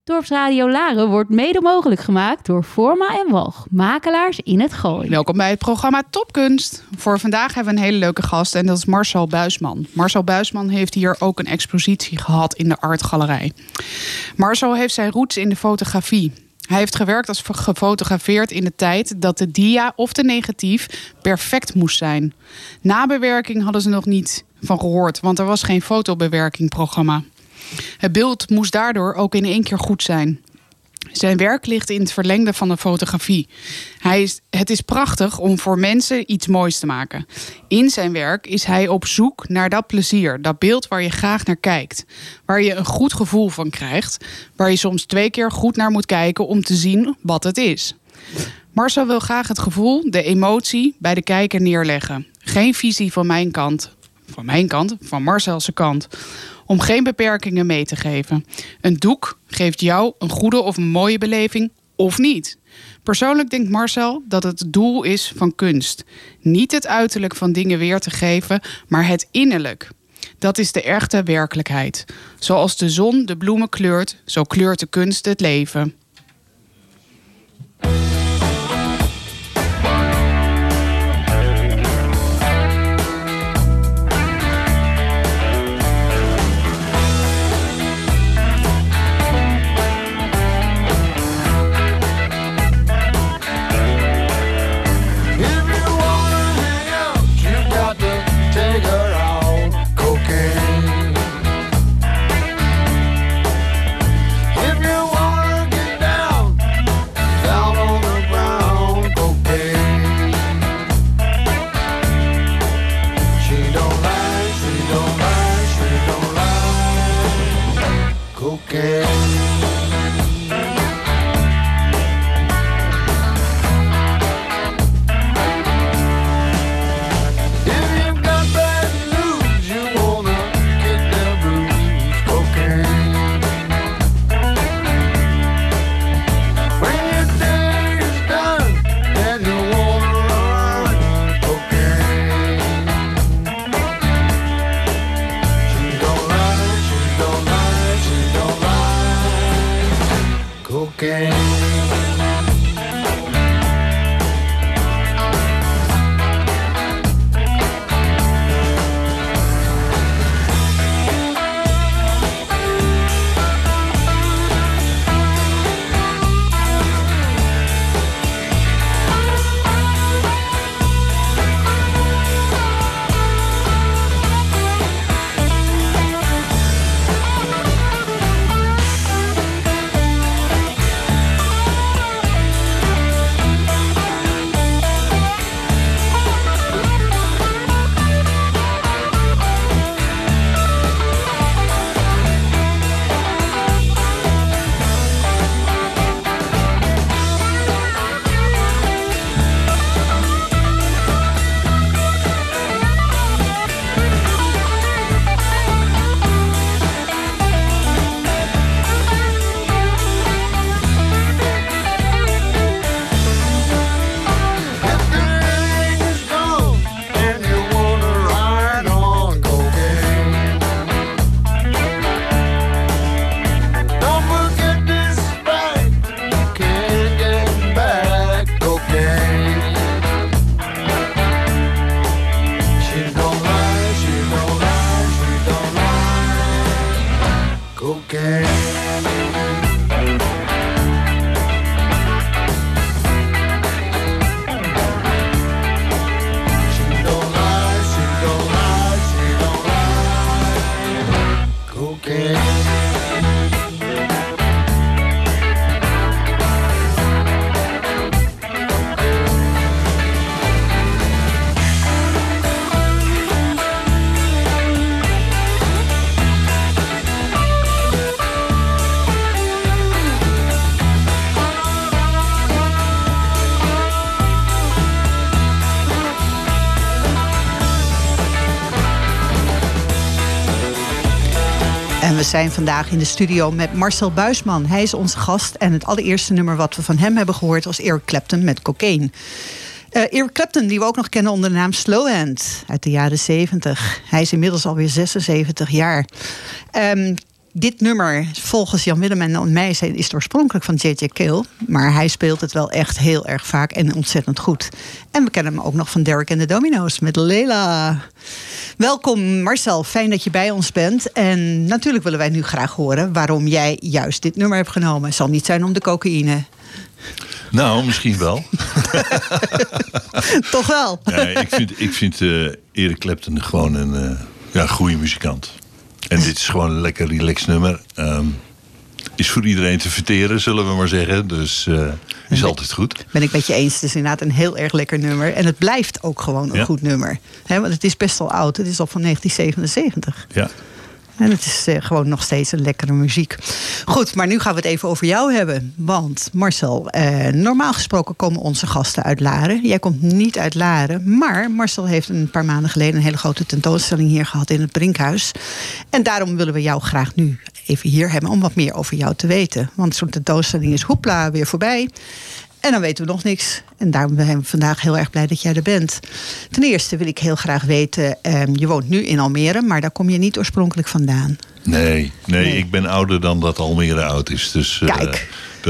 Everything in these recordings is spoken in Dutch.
Dorpsradio Laren wordt mede mogelijk gemaakt door Forma en Walg, makelaars in het Gooi. Welkom bij het programma Topkunst. Voor vandaag hebben we een hele leuke gast en dat is Marcel Buisman. Marcel Buisman heeft hier ook een expositie gehad in de Art Galerij. Marcel heeft zijn roots in de fotografie. Hij heeft gewerkt als gefotografeerd in de tijd dat de dia of de negatief perfect moest zijn. Nabewerking hadden ze nog niet van gehoord, want er was geen fotobewerkingprogramma. Het beeld moest daardoor ook in 1 keer goed zijn. Zijn werk ligt in het verlengde van de fotografie. Het is prachtig om voor mensen iets moois te maken. In zijn werk is hij op zoek naar dat plezier, dat beeld waar je graag naar kijkt. Waar je een goed gevoel van krijgt. Waar je soms 2 keer goed naar moet kijken om te zien wat het is. Marcel wil graag het gevoel, de emotie bij de kijker neerleggen. Geen visie van mijn kant, van Marcel's kant. Om geen beperkingen mee te geven. Een doek geeft jou een goede of een mooie beleving of niet. Persoonlijk denkt Marcel dat het doel is van kunst. Niet het uiterlijk van dingen weer te geven, maar het innerlijk. Dat is de echte werkelijkheid. Zoals de zon de bloemen kleurt, zo kleurt de kunst het leven. En we zijn vandaag in de studio met Marcel Buisman. Hij is onze gast en het allereerste nummer wat we van hem hebben gehoord was Eric Clapton met Cocaine. Eric Clapton, die we ook nog kennen onder de naam Slowhand uit de jaren 70. Hij is inmiddels alweer 76 jaar. Dit nummer, volgens Jan Willem en mij, is het oorspronkelijk van J.J. Cale. Maar hij speelt het wel echt heel erg vaak en ontzettend goed. En we kennen hem ook nog van Derek and the Dominoes met Leila. Welkom Marcel, fijn dat je bij ons bent. En natuurlijk willen wij nu graag horen waarom jij juist dit nummer hebt genomen. Het zal niet zijn om de cocaïne. Nou, misschien wel. Toch wel? Nee, ik vind Eric Clapton gewoon een goede muzikant. En dit is gewoon een lekker relaxed nummer. Is voor iedereen te verteren, zullen we maar zeggen. Dus is altijd goed. Ben ik met je eens. Het is inderdaad een heel erg lekker nummer. En het blijft ook gewoon een goed nummer. Want het is best wel oud. Het is al van 1977. Ja. En het is gewoon nog steeds een lekkere muziek. Goed, maar nu gaan we het even over jou hebben. Want Marcel, normaal gesproken komen onze gasten uit Laren. Jij komt niet uit Laren. Maar Marcel heeft een paar maanden geleden een hele grote tentoonstelling hier gehad in het Brinkhuis. En daarom willen we jou graag nu even hier hebben om wat meer over jou te weten. Want zo'n tentoonstelling is hoepla weer voorbij. En dan weten we nog niks. En daarom zijn we vandaag heel erg blij dat jij er bent. Ten eerste wil ik heel graag weten, je woont nu in Almere, maar daar kom je niet oorspronkelijk vandaan. Nee, ik ben ouder dan dat Almere oud is. Dus, kijk.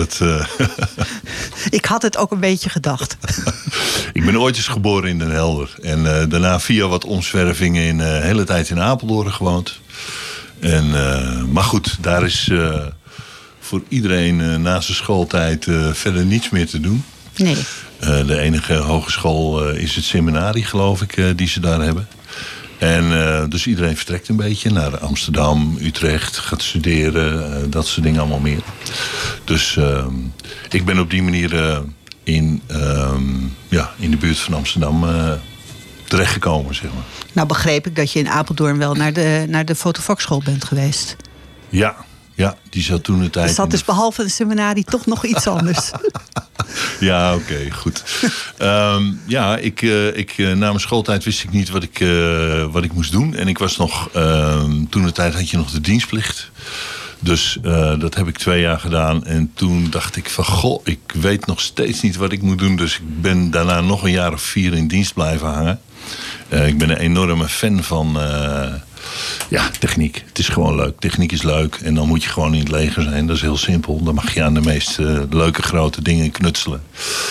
Ik had het ook een beetje gedacht. Ik ben ooit eens geboren in Den Helder. En daarna via wat omzwervingen de hele tijd in Apeldoorn gewoond. Maar goed, daar is voor iedereen na zijn schooltijd verder niets meer te doen. Nee. De enige hogeschool is het seminarie, geloof ik, die ze daar hebben. En dus iedereen vertrekt een beetje naar Amsterdam, Utrecht, gaat studeren, dat soort dingen allemaal meer. Dus ik ben op die manier in de buurt van Amsterdam terechtgekomen, zeg maar. Nou begreep ik dat je in Apeldoorn wel naar de fotovakschool bent geweest. Ja, die zat toen de tijd. Dus dat is behalve de seminarie toch nog iets anders. Ja, oké, goed. Na mijn schooltijd wist ik niet wat ik moest doen. En ik was nog, toen de tijd had je nog de dienstplicht. Dus dat heb ik 2 jaar gedaan. En toen dacht ik van, goh, ik weet nog steeds niet wat ik moet doen. Dus ik ben daarna nog een jaar of 4 in dienst blijven hangen. Ik ben een enorme fan van techniek. Het is gewoon leuk. Techniek is leuk. En dan moet je gewoon in het leger zijn. Dat is heel simpel. Dan mag je aan de meest leuke grote dingen knutselen.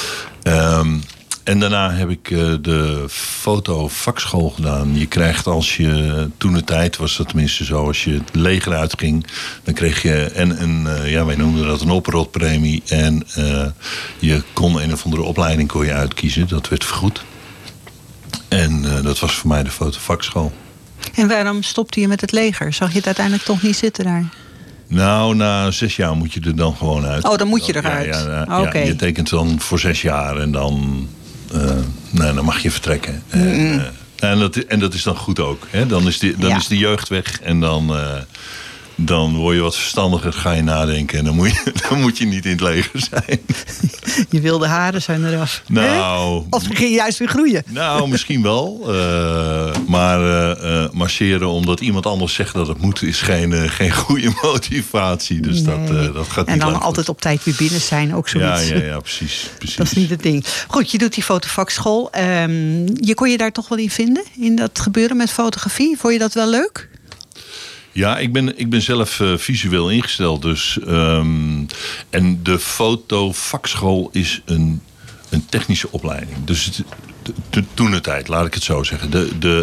En daarna heb ik de fotovakschool gedaan. Je krijgt toen de tijd was dat tenminste zo, als je het leger uitging, dan kreeg je wij noemden dat een oprotpremie. En je kon een of andere opleiding uitkiezen. Dat werd vergoed. En dat was voor mij de fotovakschool. En waarom stopte je met het leger? Zag je het uiteindelijk toch niet zitten daar? Nou, na 6 jaar moet je er dan gewoon uit. Oh, dan moet je eruit. Ja, je tekent dan voor 6 jaar en dan mag je vertrekken. En dat is dan goed ook. Hè? Dan is de jeugd weg en dan word je wat verstandiger, ga je nadenken. En dan moet je niet in het leger zijn. Je wilde haren zijn eraf. Nou, of begin je juist weer groeien? Nou, misschien wel. Maar marcheren omdat iemand anders zegt dat het moet, is geen goede motivatie. Dus dat gaat niet. En dan altijd op tijd weer binnen zijn, ook zoiets. Ja, precies. Dat is niet het ding. Goed, je doet die fotovakschool. Je kon je daar toch wel in vinden? In dat gebeuren met fotografie? Vond je dat wel leuk? Ja, ik ben zelf visueel ingesteld. Dus, en de fotovakschool is een technische opleiding. Dus toen de tijd, laat ik het zo zeggen.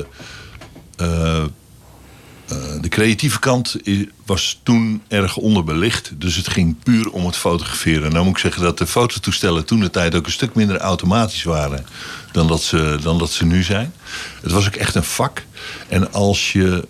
De creatieve kant was toen erg onderbelicht. Dus het ging puur om het fotograferen. Nou moet ik zeggen dat de fototoestellen toen de tijd ook een stuk minder automatisch waren dan dat ze nu zijn. Het was ook echt een vak. En als je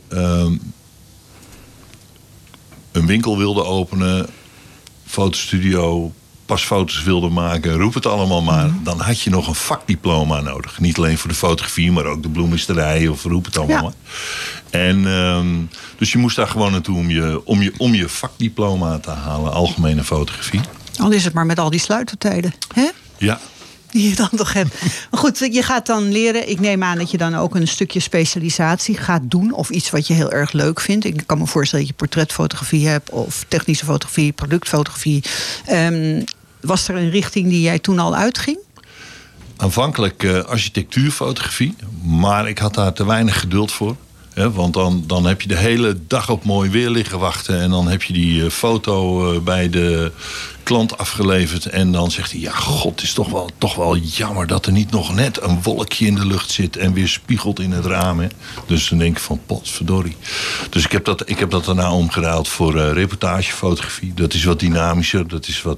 een winkel wilde openen, fotostudio, pasfoto's wilde maken, roep het allemaal maar. Dan had je nog een vakdiploma nodig. Niet alleen voor de fotografie, maar ook de bloemisterij of roep het allemaal maar. En dus je moest daar gewoon naartoe om je vakdiploma te halen, algemene fotografie. Al is het maar met al die sluitertijden, hè? Ja. Die je dan toch hebt. Maar goed, je gaat dan leren. Ik neem aan dat je dan ook een stukje specialisatie gaat doen. Of iets wat je heel erg leuk vindt. Ik kan me voorstellen dat je portretfotografie hebt. Of technische fotografie, productfotografie. Was er een richting die jij toen al uitging? Aanvankelijk architectuurfotografie. Maar ik had daar te weinig geduld voor. Want dan heb je de hele dag op mooi weer liggen wachten. En dan heb je die foto bij de klant afgeleverd. En dan zegt hij, ja, god, het is toch wel jammer dat er niet nog net een wolkje in de lucht zit en weer spiegelt in het raam. Hè? Dus dan denk ik van, potverdorie. Dus ik heb dat daarna omgeruild voor reportagefotografie. Dat is wat dynamischer. Dat is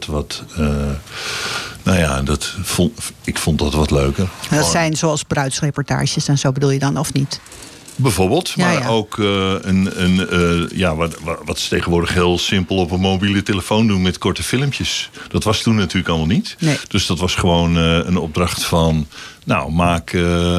ik vond dat wat leuker. Dat zijn zoals bruidsreportages en zo, bedoel je dan, of niet? Bijvoorbeeld, maar ook wat ze tegenwoordig heel simpel op een mobiele telefoon doen met korte filmpjes. Dat was toen natuurlijk allemaal niet. Nee. Dus dat was gewoon een opdracht van, maak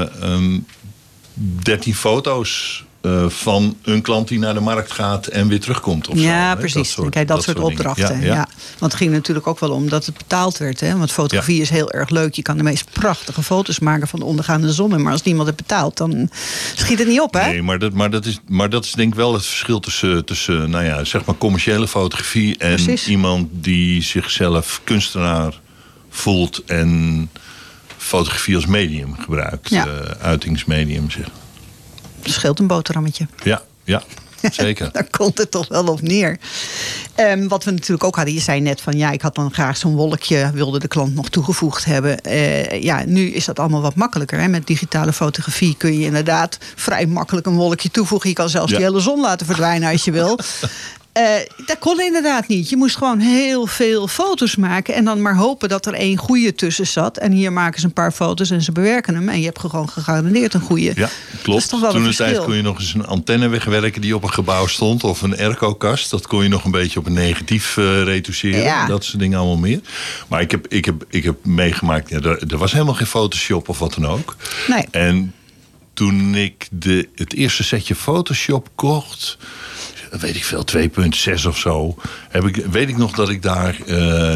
13 foto's van een klant die naar de markt gaat en weer terugkomt. Of ja, zo, precies. Dat soort opdrachten. Ja. Want het ging natuurlijk ook wel om dat het betaald werd. Hè? Want fotografie is heel erg leuk. Je kan de meest prachtige foto's maken van de ondergaande zon. Maar als niemand het betaalt, dan schiet het niet op. Hè? Nee, maar dat is denk ik wel het verschil tussen zeg maar commerciële fotografie en iemand die zichzelf kunstenaar voelt en fotografie als medium gebruikt. Uitingsmedium, zeg. Dat scheelt een boterhammetje. Ja, zeker. Daar komt het toch wel op neer. Wat we natuurlijk ook hadden, je zei net van ik had dan graag zo'n wolkje, wilde de klant nog toegevoegd hebben. Nu is dat allemaal wat makkelijker. Hè? Met digitale fotografie kun je inderdaad vrij makkelijk een wolkje toevoegen. Je kan zelfs die hele zon laten verdwijnen als je wil. Dat kon inderdaad niet. Je moest gewoon heel veel foto's maken en dan maar hopen dat er één goede tussen zat. En hier maken ze een paar foto's en ze bewerken hem. En je hebt gewoon gegarandeerd een goede. Ja, klopt. Toen de tijd kon je nog eens een antenne wegwerken die op een gebouw stond. Of een airco-kast. Dat kon je nog een beetje op een negatief retoucheren. Ja. Dat soort dingen allemaal meer. Maar ik heb meegemaakt, er was helemaal geen Photoshop of wat dan ook. Nee. En toen ik het eerste setje Photoshop kocht, weet ik veel, 2,6 of zo, weet ik nog dat ik daar 3.500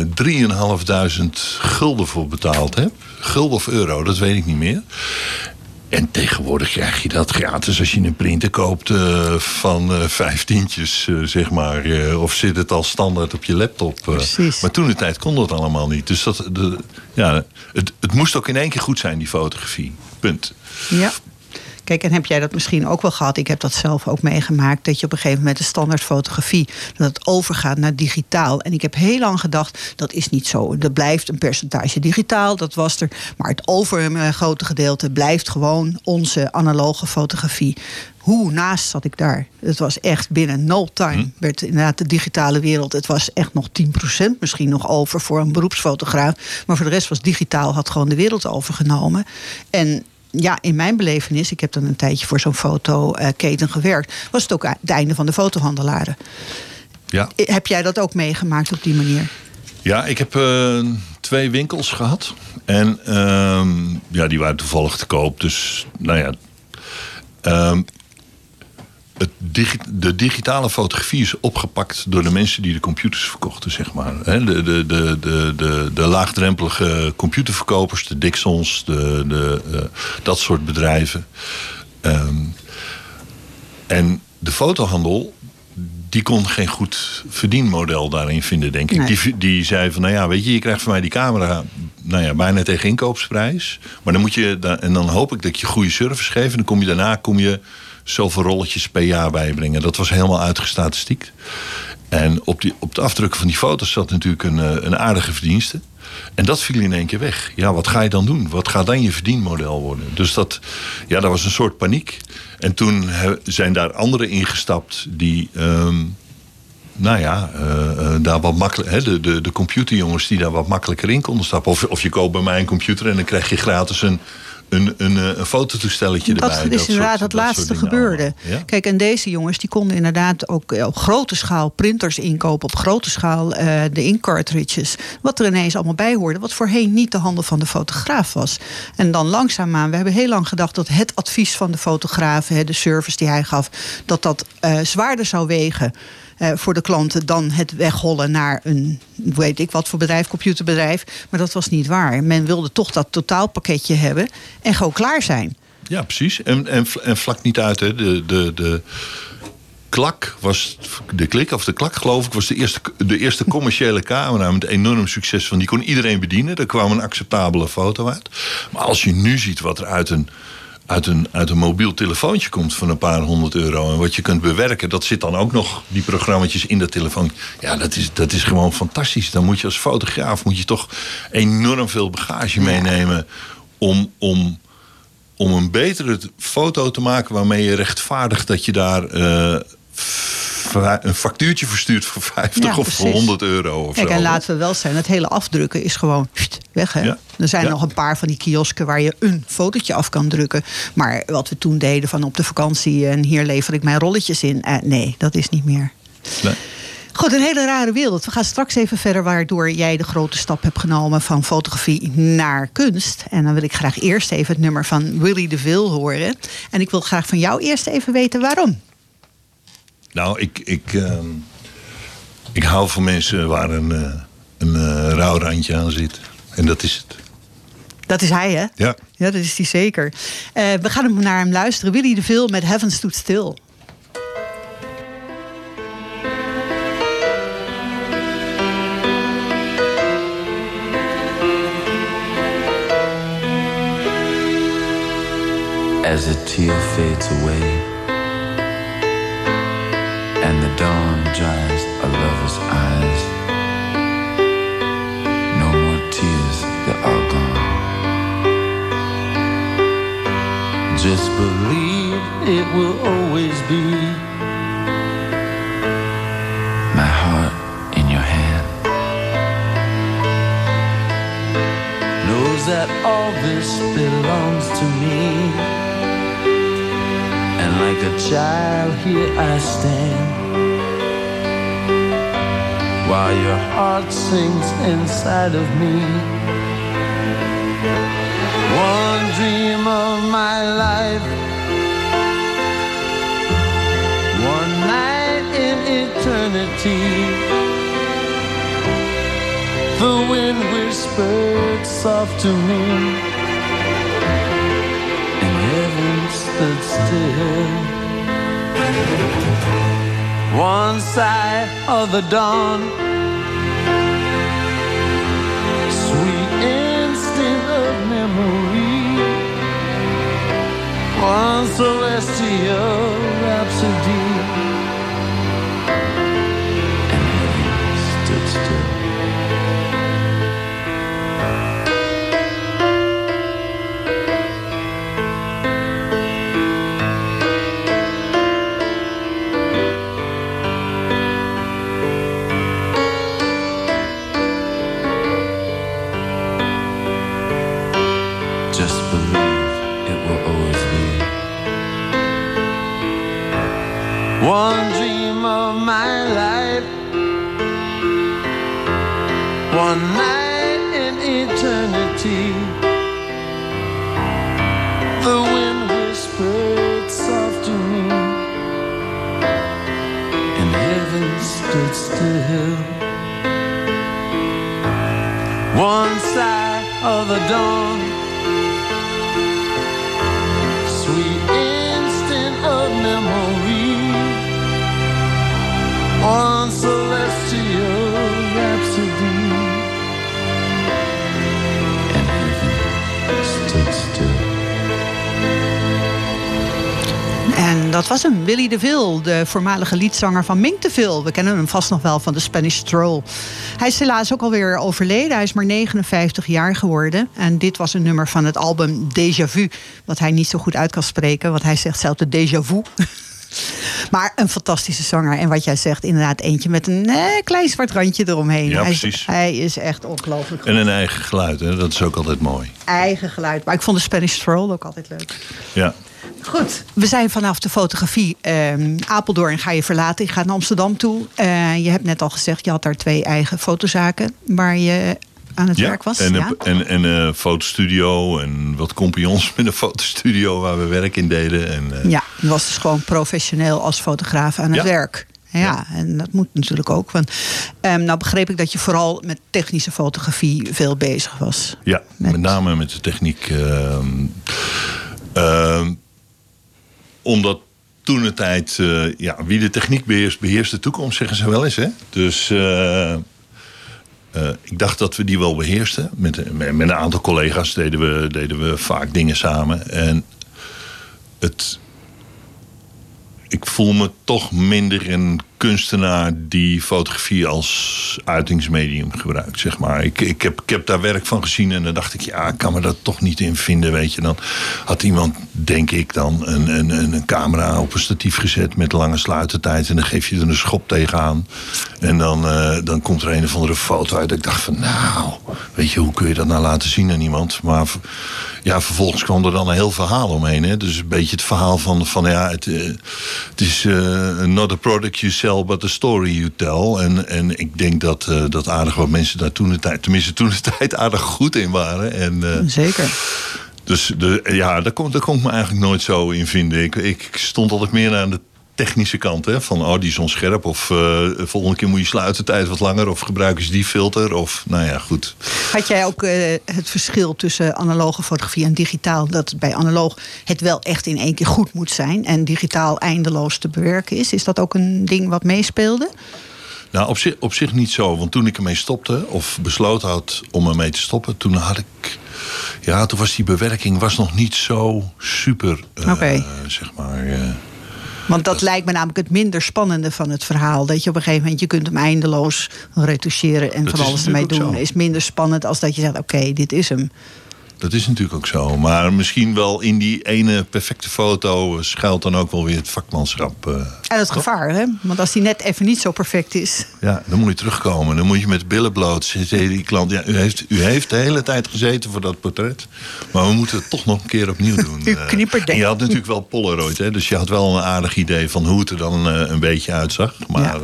gulden voor betaald heb. Gulden of euro, dat weet ik niet meer. En tegenwoordig krijg je dat gratis als je een printer koopt van 5 tientjes, zeg maar. Of zit het al standaard op je laptop. Precies. Maar toen de tijd kon dat allemaal niet. Dus het moest ook in één keer goed zijn, die fotografie. Punt. Ja. Kijk, en heb jij dat misschien ook wel gehad? Ik heb dat zelf ook meegemaakt. Dat je op een gegeven moment de standaardfotografie, dat het overgaat naar digitaal. En ik heb heel lang gedacht, dat is niet zo. Er blijft een percentage digitaal, dat was er. Maar het overgrote gedeelte blijft gewoon onze analoge fotografie. Hoe naast zat ik daar? Het was echt binnen no time. Werd inderdaad de digitale wereld. Het was echt nog 10% misschien nog over voor een beroepsfotograaf. Maar voor de rest was digitaal, had gewoon de wereld overgenomen. En in mijn belevenis, ik heb dan een tijdje voor zo'n fotoketen gewerkt, was het ook het einde van de fotohandelaren. Ja. Heb jij dat ook meegemaakt op die manier? Ja, ik heb 2 winkels gehad. En die waren toevallig te koop. Dus de digitale fotografie is opgepakt door de mensen die de computers verkochten, zeg maar. De laagdrempelige computerverkopers, de Dixons, dat soort bedrijven. En de fotohandel, die kon geen goed verdienmodel daarin vinden, denk ik. Nee. Die zei van, je krijgt van mij die camera bijna tegen inkoopsprijs. Maar dan moet je, en dan hoop ik dat je goede service geeft. En dan kom je zoveel rolletjes per jaar bijbrengen. Dat was helemaal uitgestatistiekt. En op de afdrukken van die foto's zat natuurlijk een aardige verdienste. En dat viel in één keer weg. Ja, wat ga je dan doen? Wat gaat dan je verdienmodel worden? Dus dat was een soort paniek. En toen zijn daar anderen ingestapt die daar wat makkelijker, de computerjongens die daar wat makkelijker in konden stappen. Of je koopt bij mij een computer en dan krijg je gratis een fototoestelletje erbij. Dat is inderdaad het laatste gebeurde. Ja? Kijk, en deze jongens die konden inderdaad ook op grote schaal printers inkopen, op grote schaal de ink-cartridges. Wat er ineens allemaal bij hoorde, wat voorheen niet de handel van de fotograaf was. En dan langzaamaan, we hebben heel lang gedacht dat het advies van de fotograaf, de service die hij gaf, dat zwaarder zou wegen voor de klanten dan het weghollen naar een, weet ik wat voor bedrijf, computerbedrijf. Maar dat was niet waar. Men wilde toch dat totaalpakketje hebben en gewoon klaar zijn. Ja, precies. En vlak niet uit, hè. De klak was, de klik of de klak geloof ik, was de eerste commerciële camera met enorm succes van. Die kon iedereen bedienen. Er kwam een acceptabele foto uit. Maar als je nu ziet wat er uit uit een mobiel telefoontje komt van een paar €100. En wat je kunt bewerken, dat zit dan ook nog, die programma's in dat telefoon. Ja, dat is gewoon fantastisch. Dan moet je als fotograaf toch enorm veel bagage meenemen om een betere foto te maken waarmee je rechtvaardigt dat je daar een factuurtje verstuurt voor 50 of voor €100 of Kijk, zo. en laten we wel zijn, het hele afdrukken is gewoon weg. Hè? Ja. Er zijn nog een paar van die kiosken waar je een fotootje af kan drukken. Maar wat we toen deden van op de vakantie en hier lever ik mijn rolletjes in. Nee, dat is niet meer. Nee. Goed, een hele rare wereld. We gaan straks even verder waardoor jij de grote stap hebt genomen van fotografie naar kunst. En dan wil ik graag eerst even het nummer van Willy DeVille horen. En ik wil graag van jou eerst even weten waarom. Nou, ik hou van mensen waar een rauw randje aan zit. En dat is het. Dat is hij, hè? Ja. Ja, dat is hij zeker. We gaan naar hem luisteren. Willy DeVille met Heaven Stood Still. As a tear fades away and the dawn dries a lover's eyes, no more tears, they're all gone. Just believe it will always be my heart in your hand. Knows that all this belongs to me. And like a child, here I stand, while your heart sings inside of me. One dream of my life, one night in eternity. The wind whispered soft to me, stood still. One sigh of the dawn, sweet instinct of memory. One celestial rhapsody, and heaven stood still. One dream of my life, one night in eternity. The wind whispered soft to me, and heaven stood still. One sigh of the dawn, sweet instant of memory. One celestial rhapsody, and heaven stood still. En dat was hem, Willy DeVille, de voormalige liedzanger van Mink DeVille. We kennen hem vast nog wel van de Spanish Stroll. Hij is helaas ook alweer overleden. Hij is maar 59 jaar geworden. En dit was een nummer van het album Déjà Vu, wat hij niet zo goed uit kan spreken. Want hij zegt zelf de déjà vu. Maar een fantastische zanger. En wat jij zegt, inderdaad eentje met een klein zwart randje eromheen. Ja, precies. Hij is echt ongelooflijk goed. En een eigen geluid, hè? Dat is ook altijd mooi. Eigen geluid. Maar ik vond de Spanish Stroll ook altijd leuk. Ja. Goed, we zijn vanaf de fotografie. Apeldoorn ga je verlaten. Je gaat naar Amsterdam toe. Je hebt net al gezegd, je had daar 2 eigen fotozaken waar je aan het werk was. En een fotostudio en wat compagnons met een fotostudio waar we werk in deden. En, ja, je was dus gewoon professioneel als fotograaf aan het werk. Ja, en dat moet natuurlijk ook. Want nou begreep ik dat je vooral met technische fotografie veel bezig was. Ja, met name met de techniek. Omdat toen de tijd, wie de techniek beheerst de toekomst, zeggen ze wel eens. Hè? Dus ik dacht dat we die wel beheersten. Met een aantal collega's deden we vaak dingen samen. En ik voel me toch minder een kunstenaar die fotografie als uitingsmedium gebruikt, zeg maar. Ik heb daar werk van gezien en dan dacht ik, ja, ik kan me dat toch niet in vinden, weet je. Dan had iemand, denk ik dan, een camera op een statief gezet met lange sluitertijd en dan geef je er een schop tegenaan. En dan komt er een of andere foto uit. Ik dacht van, nou, weet je, hoe kun je dat nou laten zien aan iemand? Maar ja, vervolgens kwam er dan een heel verhaal omheen. Hè? Dus een beetje het verhaal van ja, het is not a product you sell, but a story you tell. En ik denk dat aardig wat mensen daar toen de tijd aardig goed in waren. En, zeker. Dus daar kon ik me eigenlijk nooit zo in vinden. Ik stond altijd meer aan de technische kant, hè? Van die is onscherp, of volgende keer moet je sluitertijd wat langer, of gebruik eens die filter, of nou ja, goed. Had jij ook het verschil tussen analoge fotografie en digitaal, dat bij analoog het wel echt in één keer goed moet zijn en digitaal eindeloos te bewerken is? Is dat ook een ding wat meespeelde? Nou, op zich niet zo, want toen ik ermee stopte, of besloten had om ermee te stoppen, toen was die bewerking nog niet zo super, zeg maar. Want dat lijkt me namelijk het minder spannende van het verhaal. Dat je op een gegeven moment, je kunt hem eindeloos retoucheren en van alles ermee doen. Zo. Is minder spannend als dat je zegt, oké, dit is hem. Dat is natuurlijk ook zo. Maar misschien wel in die ene perfecte foto schuilt dan ook wel weer het vakmanschap. En het gevaar, hè? Want als die net even niet zo perfect is. Ja, dan moet je terugkomen. Dan moet je met billen bloot zitten. Die klant, ja, u heeft de hele tijd gezeten voor dat portret. Maar we moeten het toch nog een keer opnieuw doen. U knippert. En je had natuurlijk wel Polaroid, hè? Dus je had wel een aardig idee van hoe het er dan een beetje uitzag. Maar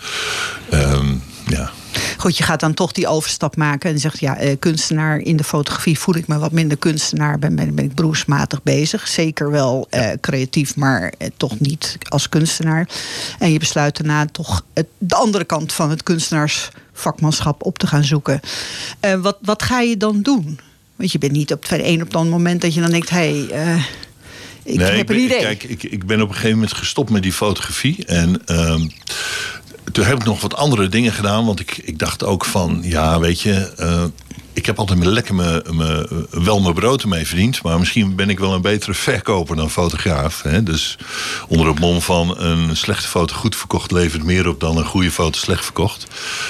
ja. Goed, je gaat dan toch die overstap maken en zegt, ja, kunstenaar in de fotografie voel ik me wat minder kunstenaar, ben ik beroepsmatig bezig. Zeker wel creatief, maar toch niet als kunstenaar. En je besluit daarna toch de andere kant van het kunstenaarsvakmanschap op te gaan zoeken. Wat ga je dan doen? Want je bent niet op het een op het moment dat je dan denkt, ik heb een idee. Kijk, ik ben op een gegeven moment gestopt met die fotografie en toen heb ik nog wat andere dingen gedaan. Want ik dacht ook van, ja, weet je, ik heb altijd lekker mijn brood ermee verdiend. Maar misschien ben ik wel een betere verkoper dan fotograaf. Hè? Dus onder het mom van een slechte foto goed verkocht levert meer op dan een goede foto slecht verkocht.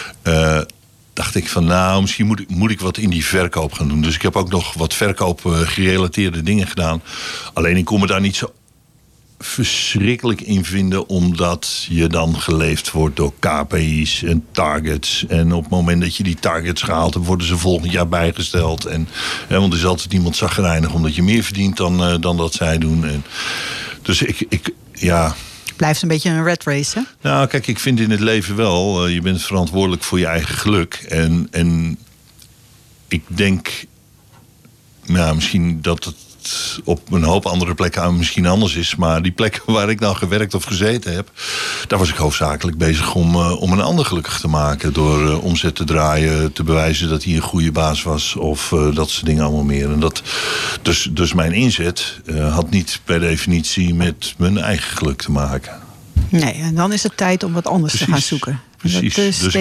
Dacht ik van, nou, misschien moet ik wat in die verkoop gaan doen. Dus ik heb ook nog wat verkoop gerelateerde dingen gedaan. Alleen ik kon me daar niet zo verschrikkelijk in vinden, omdat je dan geleefd wordt door KPI's en targets. En op het moment dat je die targets gehaald hebt, worden ze volgend jaar bijgesteld. Want er is altijd iemand chagrijnig omdat je meer verdient dan dat zij doen. En dus blijft een beetje een rat race, hè? Nou, kijk, ik vind in het leven wel, je bent verantwoordelijk voor je eigen geluk. En ik denk, nou, misschien dat het op een hoop andere plekken misschien anders is. Maar die plekken waar ik nou gewerkt of gezeten heb, daar was ik hoofdzakelijk bezig om een ander gelukkig te maken. Door omzet te draaien, te bewijzen dat hij een goede baas was. Of dat soort dingen allemaal meer. En dus mijn inzet had niet per definitie met mijn eigen geluk te maken. Nee, en dan is het tijd om wat anders te gaan zoeken. Precies.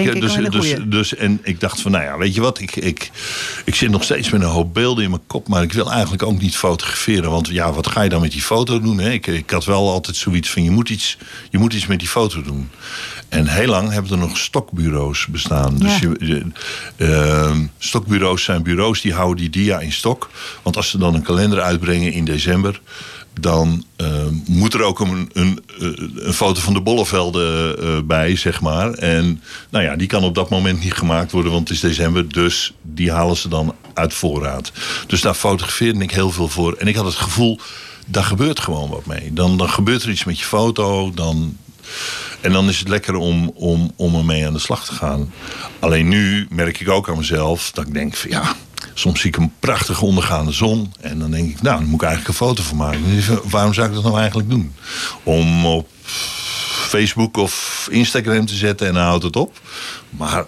En ik dacht van, nou ja, weet je wat, ik zit nog steeds met een hoop beelden in mijn kop, maar ik wil eigenlijk ook niet fotograferen. Want ja, wat ga je dan met die foto doen? Hè? Ik had wel altijd zoiets van, je moet iets met die foto doen. En heel lang hebben er nog stokbureaus bestaan. Ja. Dus stokbureaus zijn bureaus die houden die dia in stok. Want als ze dan een kalender uitbrengen in december, dan moet er ook een foto van de bollevelden bij, zeg maar. En nou ja, die kan op dat moment niet gemaakt worden, want het is december. Dus die halen ze dan uit voorraad. Dus daar fotografeerde ik heel veel voor. En ik had het gevoel, daar gebeurt gewoon wat mee. Dan gebeurt er iets met je foto. En dan is het lekker om ermee aan de slag te gaan. Alleen nu merk ik ook aan mezelf dat ik denk van, ja, soms zie ik een prachtige ondergaande zon. En dan denk ik, nou, dan moet ik eigenlijk een foto van maken. Waarom zou ik dat nou eigenlijk doen? Om op Facebook of Instagram te zetten en dan houdt het op. Maar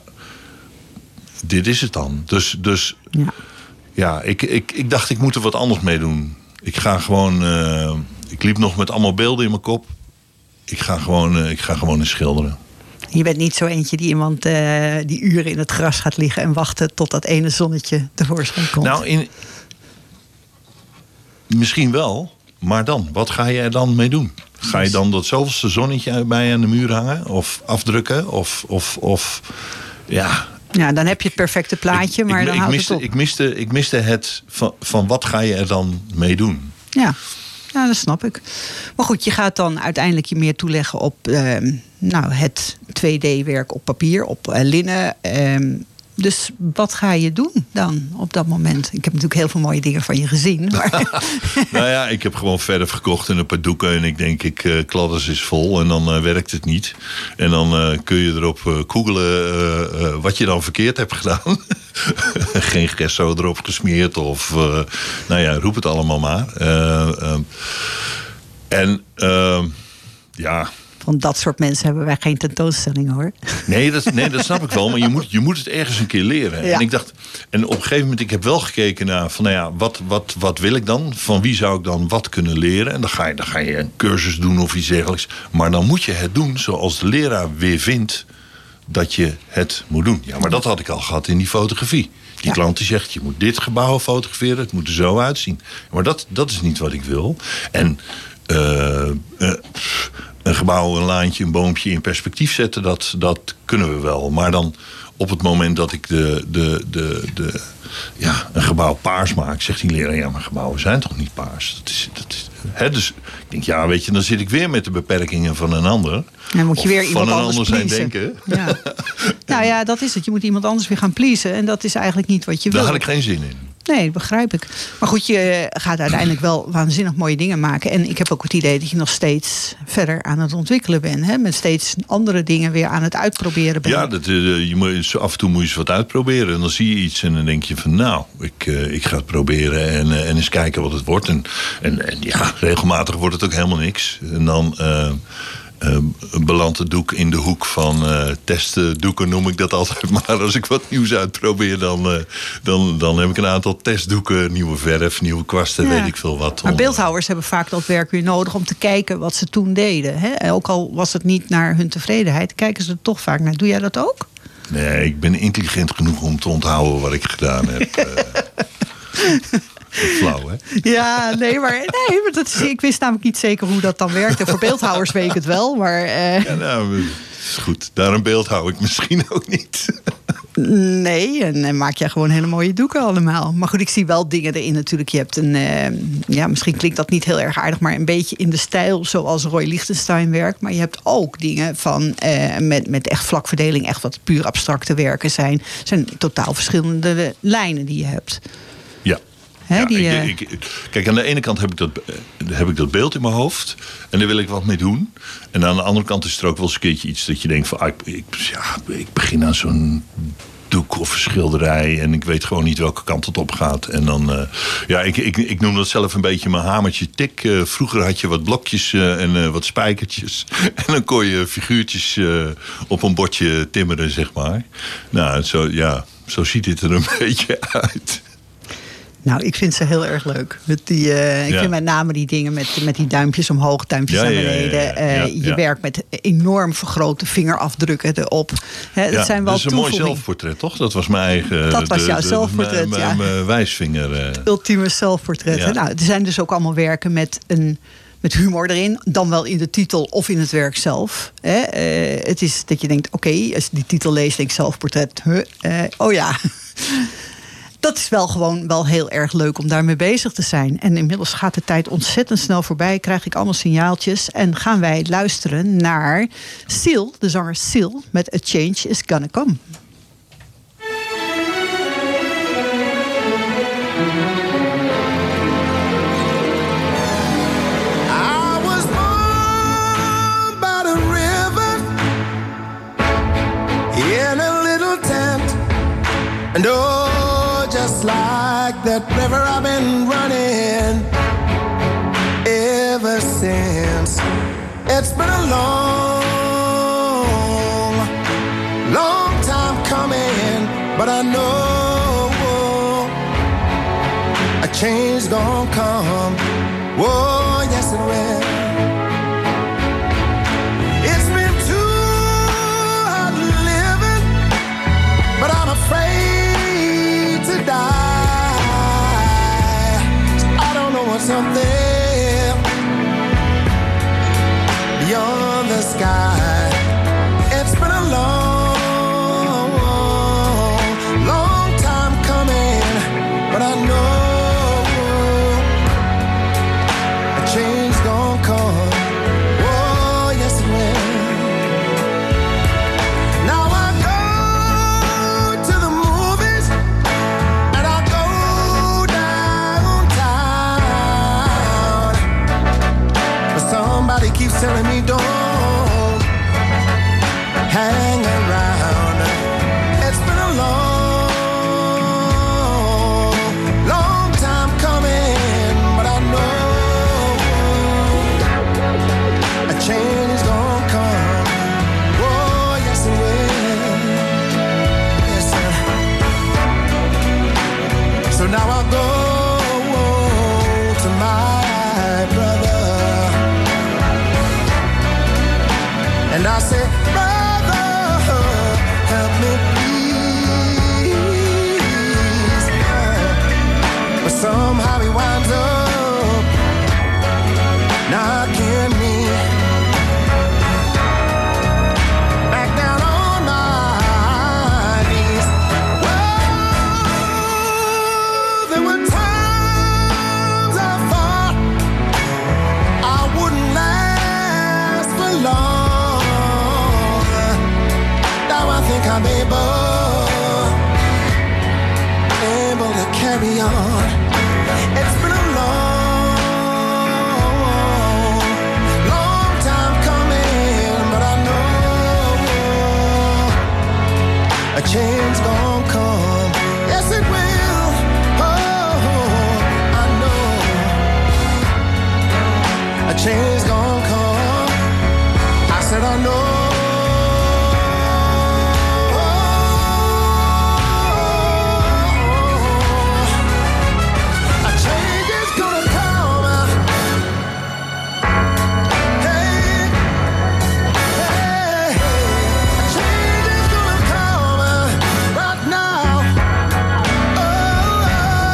dit is het dan. Dus ik dacht, ik moet er wat anders mee doen. Ik ga gewoon, ik liep nog met allemaal beelden in mijn kop. Ik ga gewoon eens schilderen. Je bent niet zo eentje die iemand die uren in het gras gaat liggen en wachten tot dat ene zonnetje tevoorschijn komt. Nou, misschien wel. Maar dan, wat ga je er dan mee doen? Ga je dan dat zoveelste zonnetje bij je aan de muur hangen? Of afdrukken? Of ja... Ja, dan heb je het perfecte plaatje, maar dan houdt het op. Ik miste het van wat ga je er dan mee doen? Ja, dat snap ik. Maar goed, je gaat dan uiteindelijk je meer toeleggen op het 2D-werk op papier, op linnen. Dus wat ga je doen dan op dat moment? Ik heb natuurlijk heel veel mooie dingen van je gezien. Maar... Nou ja, ik heb gewoon verf gekocht en een paar doeken. En ik denk, kladders is vol en dan werkt het niet. En dan kun je erop googlen wat je dan verkeerd hebt gedaan. Geen gesso erop gesmeerd of... roep het allemaal maar. Ja... Van dat soort mensen hebben wij geen tentoonstellingen, hoor. Nee, dat snap ik wel. Maar je moet het ergens een keer leren. Ja. En ik dacht... En op een gegeven moment... Ik heb wel gekeken naar... Wat wil ik dan? Van wie zou ik dan wat kunnen leren? En dan ga je een cursus doen of iets dergelijks. Maar dan moet je het doen zoals de leraar weer vindt... dat je het moet doen. Ja, maar dat had ik al gehad in die fotografie. Die klant die zegt... Je moet dit gebouw fotograferen. Het moet er zo uitzien. Maar dat is niet wat ik wil. En... een gebouw, een laantje, een boompje in perspectief zetten, dat kunnen we wel. Maar dan op het moment dat ik een gebouw paars maak, zegt die leraar, ja, maar gebouwen zijn toch niet paars? Dus ik denk, ja, weet je, dan zit ik weer met de beperkingen van een ander. Dan moet je weer iemand van een anders ander zijn pleasen. denken. Ja. Nou ja, dat is het. Je moet iemand anders weer gaan pleasen. En dat is eigenlijk niet wat je wil. Daar had ik geen zin in. Nee, dat begrijp ik. Maar goed, je gaat uiteindelijk wel waanzinnig mooie dingen maken. En ik heb ook het idee dat je nog steeds verder aan het ontwikkelen bent. Hè? Met steeds andere dingen weer aan het uitproberen bent. Ja, af en toe moet je eens wat uitproberen. En dan zie je iets en dan denk je van... nou, ik ga het proberen en eens kijken wat het wordt. En ja, regelmatig wordt het ook helemaal niks. En dan... belandt het doek in de hoek van testdoeken, noem ik dat altijd. Maar als ik wat nieuws uitprobeer, dan heb ik een aantal testdoeken, nieuwe verf, nieuwe kwasten, weet ik veel wat. Maar beeldhouwers hebben vaak dat werk weer nodig om te kijken wat ze toen deden. Hè? Ook al was het niet naar hun tevredenheid, kijken ze er toch vaak naar. Doe jij dat ook? Nee, ik ben intelligent genoeg om te onthouden wat ik gedaan heb. Flauw, hè? Ja, maar ik wist namelijk niet zeker hoe dat dan werkte. Voor beeldhouwers weet ik het wel, maar... Ja, nou, is goed. Daarom beeldhouw ik misschien ook niet. Nee, en maak jij gewoon hele mooie doeken allemaal. Maar goed, ik zie wel dingen erin natuurlijk. Je hebt misschien klinkt dat niet heel erg aardig... maar een beetje in de stijl zoals Roy Lichtenstein werkt. Maar je hebt ook dingen van met echt vlakverdeling... echt wat puur abstracte werken zijn. Het zijn totaal verschillende lijnen die je hebt. Ja. Kijk, aan de ene kant heb ik dat beeld in mijn hoofd. En daar wil ik wat mee doen. En aan de andere kant is er ook wel eens een keertje iets dat je denkt van... ik begin aan zo'n doek of schilderij... en ik weet gewoon niet welke kant het op gaat. En dan, ik noem dat zelf een beetje mijn hamertje tik. Vroeger had je wat blokjes en wat spijkertjes. En dan kon je figuurtjes op een bordje timmeren, zeg maar. Nou, zo ziet dit er een beetje uit. Nou, ik vind ze heel erg leuk. Ik vind met name die dingen met die duimpjes omhoog, duimpjes naar beneden. Je werkt met enorm vergrote vingerafdrukken erop. Dat zijn wel dat is een mooi zelfportret, toch? Dat was mijn eigen... Dat was jouw zelfportret, mijn wijsvinger. Het ultieme zelfportret. Ja. Nou, er zijn dus ook allemaal werken met humor erin. Dan wel in de titel of in het werk zelf. Het is dat je denkt, oké, als je die titel leest, denk ik zelfportret. Oh ja... Dat is wel gewoon wel heel erg leuk om daarmee bezig te zijn. En inmiddels gaat de tijd ontzettend snel voorbij. Krijg ik allemaal signaaltjes. En gaan wij luisteren naar Seal, de zanger Seal, met A Change Is Gonna Come. I was born by the river in a little tent. And just like that river I've been running ever since. It's been a long, long time coming, but I know a change gonna come. Oh, yes it will. It's been too hard living, but I'm afraid to die. I don't know what's up there, telling me don't hang around. It's been a long, long time coming, but I know a change is gonna come. Oh, yes it will. Yes, sir. So now I go to my brother and I say, brother, help me please. But somehow he winds up knocking me back down on my knees. Well, there were times I thought I wouldn't last for long. Now I think I'm able to carry on. It's been a long, long time coming, but I know a change gonna come. Yes, it will. Oh, I know a change gonna come. I said I know. A change is gonna come. Hey, hey, a change is gonna come right now. Oh,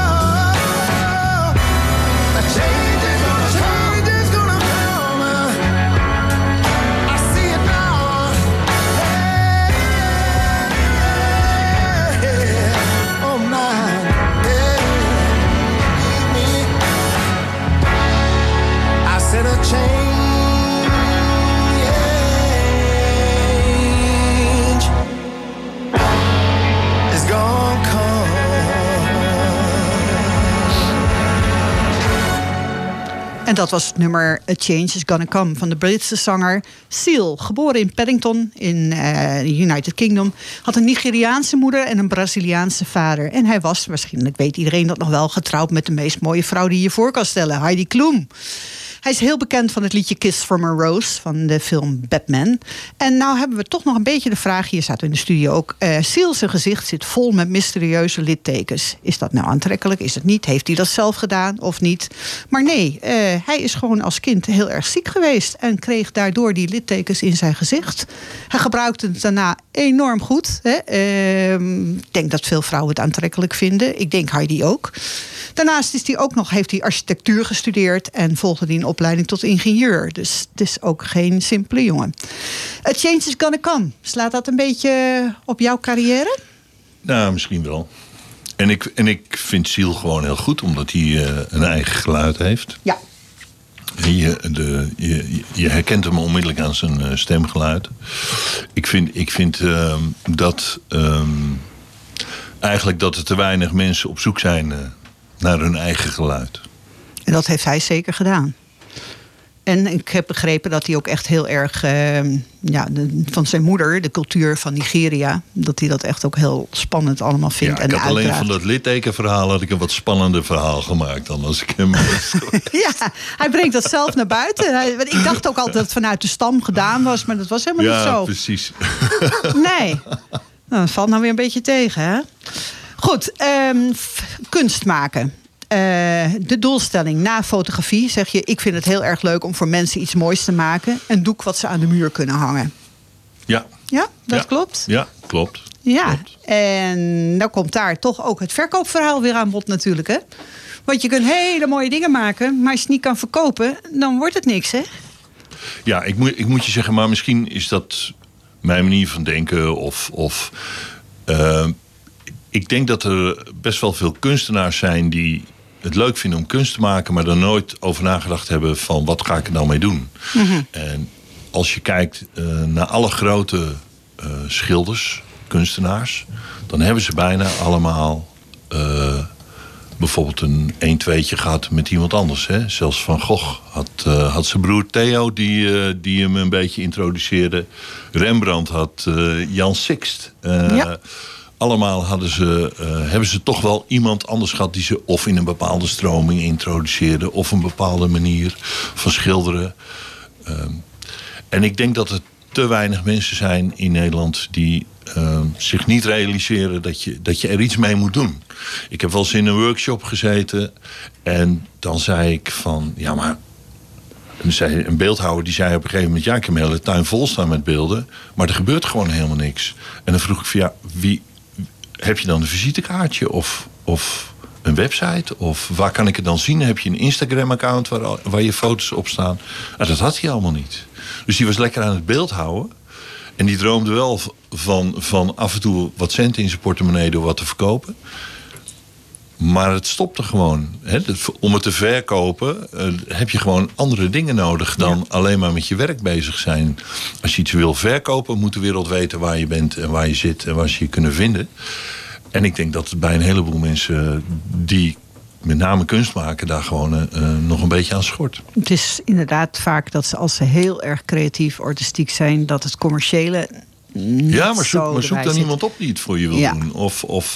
a change is gonna come. I see it now. Hey, oh my, hey, me. I said a change is gonna come. En dat was het nummer A Change Is Gonna Come van de Britse zanger Seal. Geboren in Paddington in United Kingdom. Had een Nigeriaanse moeder en een Braziliaanse vader. En hij was, waarschijnlijk weet iedereen dat nog wel, getrouwd met de meest mooie vrouw die je voor kan stellen, Heidi Klum. Hij is heel bekend van het liedje Kiss from a Rose van de film Batman. En nou hebben we toch nog een beetje de vraag, hier zaten we in de studio ook. Seal zijn gezicht zit vol met mysterieuze littekens. Is dat nou aantrekkelijk? Is het niet? Heeft hij dat zelf gedaan of niet? Maar nee, hij is gewoon als kind heel erg ziek geweest en kreeg daardoor die littekens in zijn gezicht. Hij gebruikte het daarna enorm goed. Hè? Ik denk dat veel vrouwen het aantrekkelijk vinden. Ik denk Heidi ook. Daarnaast heeft hij architectuur gestudeerd en volgde hij een opleiding tot ingenieur. Dus het is ook geen simpele jongen. A Change Is Gonna Come. Slaat dat een beetje op jouw carrière? Nou, misschien wel. En ik vind Seal gewoon heel goed, omdat hij een eigen geluid heeft. Ja. Je herkent hem onmiddellijk aan zijn stemgeluid. Ik vind dat eigenlijk dat er te weinig mensen op zoek zijn naar hun eigen geluid. En dat heeft hij zeker gedaan. En ik heb begrepen dat hij ook echt heel erg van zijn moeder, de cultuur van Nigeria, dat hij dat echt ook heel spannend allemaal vindt. Ja, ik had alleen van dat littekenverhaal had ik een wat spannender verhaal gemaakt dan als ik hem. Ja, hij brengt dat zelf naar buiten. Ik dacht ook altijd dat het vanuit de stam gedaan was, maar dat was helemaal niet zo. Ja, precies. Nee. Nou, dat valt nou weer een beetje tegen, hè? Goed, kunst maken. De doelstelling na fotografie zeg je, ik vind het heel erg leuk om voor mensen iets moois te maken. Een doek wat ze aan de muur kunnen hangen. Ja. Ja, dat klopt? Ja, klopt. Ja, klopt. En dan komt daar toch ook het verkoopverhaal weer aan bod natuurlijk, hè? Want je kunt hele mooie dingen maken, maar als je het niet kan verkopen, dan wordt het niks, hè? Ja, ik moet je zeggen, maar misschien is dat mijn manier van denken of ik denk dat er best wel veel kunstenaars zijn die het leuk vinden om kunst te maken, maar er nooit over nagedacht hebben van wat ga ik er nou mee doen. Mm-hmm. En als je kijkt naar alle grote schilders, kunstenaars, dan hebben ze bijna allemaal bijvoorbeeld een 1-2'tje gehad met iemand anders. Hè? Zelfs Van Gogh had zijn broer Theo die hem een beetje introduceerde. Rembrandt had Jan Sixt. Allemaal hebben ze toch wel iemand anders gehad die ze of in een bepaalde stroming introduceerde of een bepaalde manier van schilderen. En ik denk dat er te weinig mensen zijn in Nederland die zich niet realiseren dat je er iets mee moet doen. Ik heb wel eens in een workshop gezeten en dan zei ik van, ja maar... Een beeldhouwer die zei op een gegeven moment, ja, ik heb mijn hele tuin vol staan met beelden, maar er gebeurt gewoon helemaal niks. En dan vroeg ik van, ja, heb je dan een visitekaartje of een website? Of waar kan ik het dan zien? Heb je een Instagram-account waar je foto's op staan? Nou, dat had hij allemaal niet. Dus die was lekker aan het beeldhouden. En die droomde wel van af en toe wat centen in zijn portemonnee door wat te verkopen. Maar het stopte gewoon. Hè? Om het te verkopen heb je gewoon andere dingen nodig dan alleen maar met je werk bezig zijn. Als je iets wil verkopen, moet de wereld weten waar je bent en waar je zit en waar ze je kunnen vinden. En ik denk dat het bij een heleboel mensen die met name kunst maken daar gewoon nog een beetje aan schort. Het is inderdaad vaak dat als ze heel erg creatief, artistiek zijn, dat het commerciële... Ja, maar zoek dan iemand op die het voor je wil doen.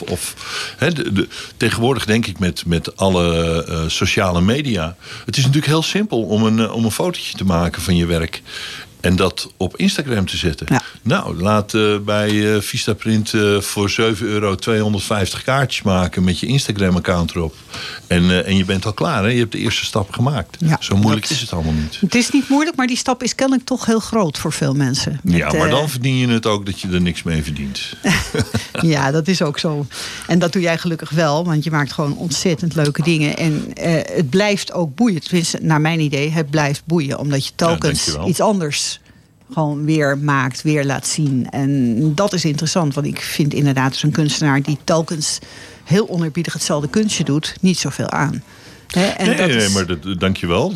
Tegenwoordig denk ik met alle sociale media. Het is natuurlijk heel simpel om een fotootje te maken van je werk. En dat op Instagram te zetten. Ja. Nou, laat bij Vistaprint voor €7 250 kaartjes maken met je Instagram-account erop. En je bent al klaar, hè? Je hebt de eerste stap gemaakt. Ja, zo moeilijk is het allemaal niet. Het is niet moeilijk, maar die stap is kennelijk toch heel groot voor veel mensen. Ja, maar dan verdien je het ook dat je er niks mee verdient. Ja, dat is ook zo. En dat doe jij gelukkig wel, want je maakt gewoon ontzettend leuke dingen. En het blijft ook boeien. Tenminste, naar mijn idee, het blijft boeien. Omdat je telkens iets anders gewoon weer maakt, weer laat zien. En dat is interessant, want ik vind inderdaad zo'n kunstenaar die telkens heel oneerbiedig hetzelfde kunstje doet, niet zoveel aan. Nee, maar dankjewel.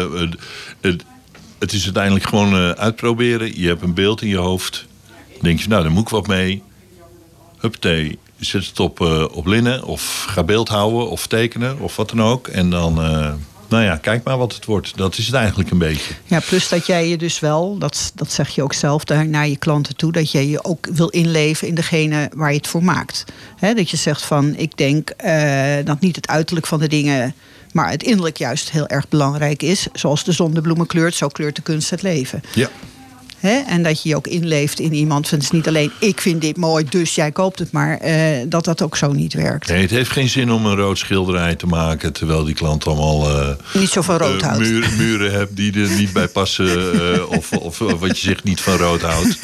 Het is uiteindelijk gewoon uitproberen. Je hebt een beeld in je hoofd. Dan denk je, nou, daar moet ik wat mee. Huppatee, zet het op linnen of ga beeldhouden of tekenen of wat dan ook. En dan... nou ja, kijk maar wat het wordt. Dat is het eigenlijk een beetje. Ja, plus dat jij je dus wel, dat zeg je ook zelf naar je klanten toe, dat jij je ook wil inleven in degene waar je het voor maakt. Dat je zegt van, ik denk dat niet het uiterlijk van de dingen, maar het innerlijk juist heel erg belangrijk is. Zoals de zon de bloemen kleurt, zo kleurt de kunst het leven. Ja. En dat je je ook inleeft in iemand. Het is niet alleen, ik vind dit mooi, dus jij koopt het. Maar dat ook zo niet werkt. Nee, het heeft geen zin om een rood schilderij te maken, terwijl die klant allemaal niet zo van rood houdt. Muren hebt die er niet bij passen. Of wat je zegt niet van rood houdt.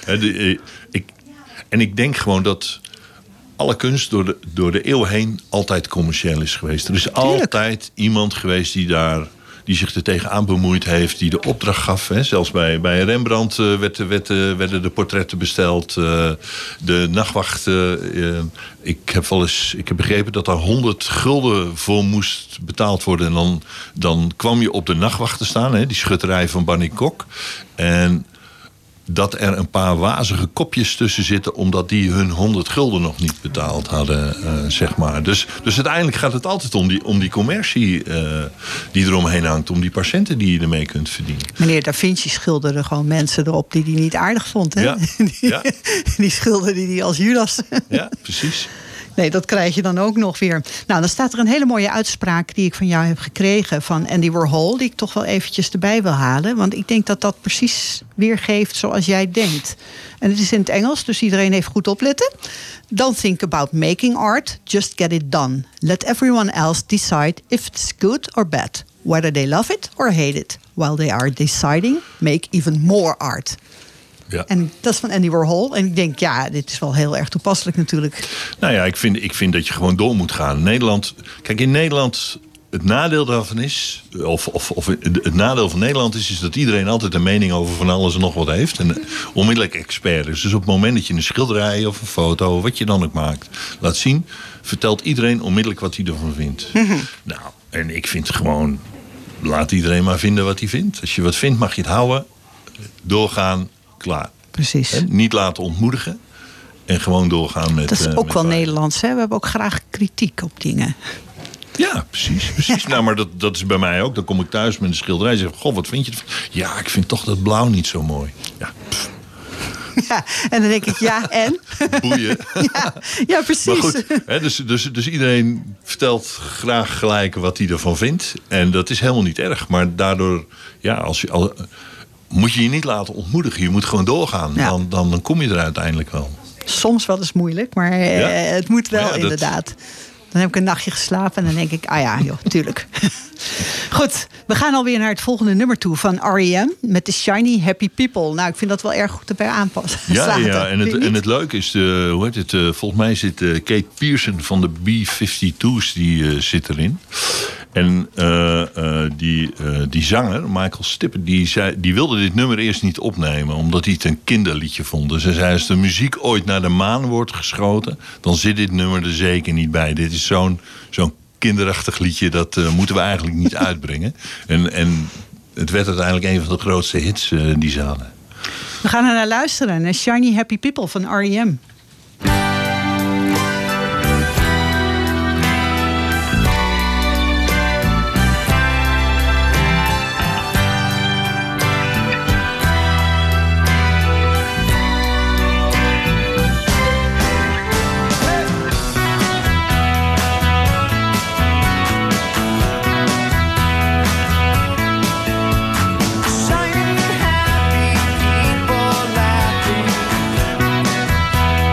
En ik denk gewoon dat alle kunst door de eeuw heen altijd commercieel is geweest. Er is altijd iemand geweest die zich er tegenaan bemoeid heeft, die de opdracht gaf. Hè. Zelfs bij Rembrandt werden de portretten besteld. De nachtwacht. Ik heb begrepen dat daar 100 gulden voor moest betaald worden. En dan kwam je op de nachtwacht te staan. Hè, die schutterij van Barney Kok. En dat er een paar wazige kopjes tussen zitten, omdat die hun 100 gulden nog niet betaald hadden, zeg maar. Dus uiteindelijk gaat het altijd om die commercie die eromheen hangt, om die patiënten die je ermee kunt verdienen. Meneer Da Vinci schilderde gewoon mensen erop die hij niet aardig vond. Hè? Ja. Die schilderde die als Judas. Ja, precies. Nee, dat krijg je dan ook nog weer. Nou, dan staat er een hele mooie uitspraak die ik van jou heb gekregen van Andy Warhol, die ik toch wel eventjes erbij wil halen. Want ik denk dat dat precies weergeeft zoals jij denkt. En het is in het Engels, dus iedereen heeft goed opletten. Don't think about making art, just get it done. Let everyone else decide if it's good or bad. Whether they love it or hate it. While they are deciding, make even more art. Ja. En dat is van Andy Warhol. En ik denk, ja, dit is wel heel erg toepasselijk natuurlijk. Nou ja, ik vind dat je gewoon door moet gaan. In Nederland, het nadeel daarvan is, of het nadeel van Nederland is dat iedereen altijd een mening over van alles en nog wat heeft. En onmiddellijk expert is. Dus op het moment dat je een schilderij of een foto, wat je dan ook maakt, laat zien, vertelt iedereen onmiddellijk wat hij ervan vindt. Mm-hmm. Nou, en ik vind gewoon, laat iedereen maar vinden wat hij vindt. Als je wat vindt, mag je het houden, doorgaan. Klaar. Precies. He, niet laten ontmoedigen. En gewoon doorgaan met... Dat is ook wel Nederlands. Hè? We hebben ook graag kritiek op dingen. Ja, precies. Nou, maar dat is bij mij ook. Dan kom ik thuis met een schilderij en zeg ik, goh, wat vind je ervan? Ja, ik vind toch dat blauw niet zo mooi. Ja, Ja, en dan denk ik, ja, en? boeien. Ja, precies. Maar goed, hè, dus iedereen vertelt graag gelijk wat hij ervan vindt. En dat is helemaal niet erg. Maar daardoor, ja, moet je je niet laten ontmoedigen. Je moet gewoon doorgaan. Ja. Dan kom je er uiteindelijk wel. Soms wel eens moeilijk, maar het moet wel inderdaad. Dan heb ik een nachtje geslapen en dan denk ik, ah ja, joh, tuurlijk. Goed, we gaan alweer naar het volgende nummer toe van R.E.M. met The Shiny Happy People. Nou, ik vind dat wel erg goed erbij aanpassen. Ja, en het leuke is, hoe heet het? Volgens mij zit Kate Pearson van de B-52's, die zit erin. En die zanger, Michael Stipe, die wilde dit nummer eerst niet opnemen, omdat hij het een kinderliedje vond. Dus hij zei, als de muziek ooit naar de maan wordt geschoten, dan zit dit nummer er zeker niet bij. Dit is zo'n kinderachtig liedje, dat moeten we eigenlijk niet uitbrengen. En het werd uiteindelijk een van de grootste hits die ze hadden. We gaan er naar luisteren, naar Shiny Happy People van R.E.M. Shining happy people laughing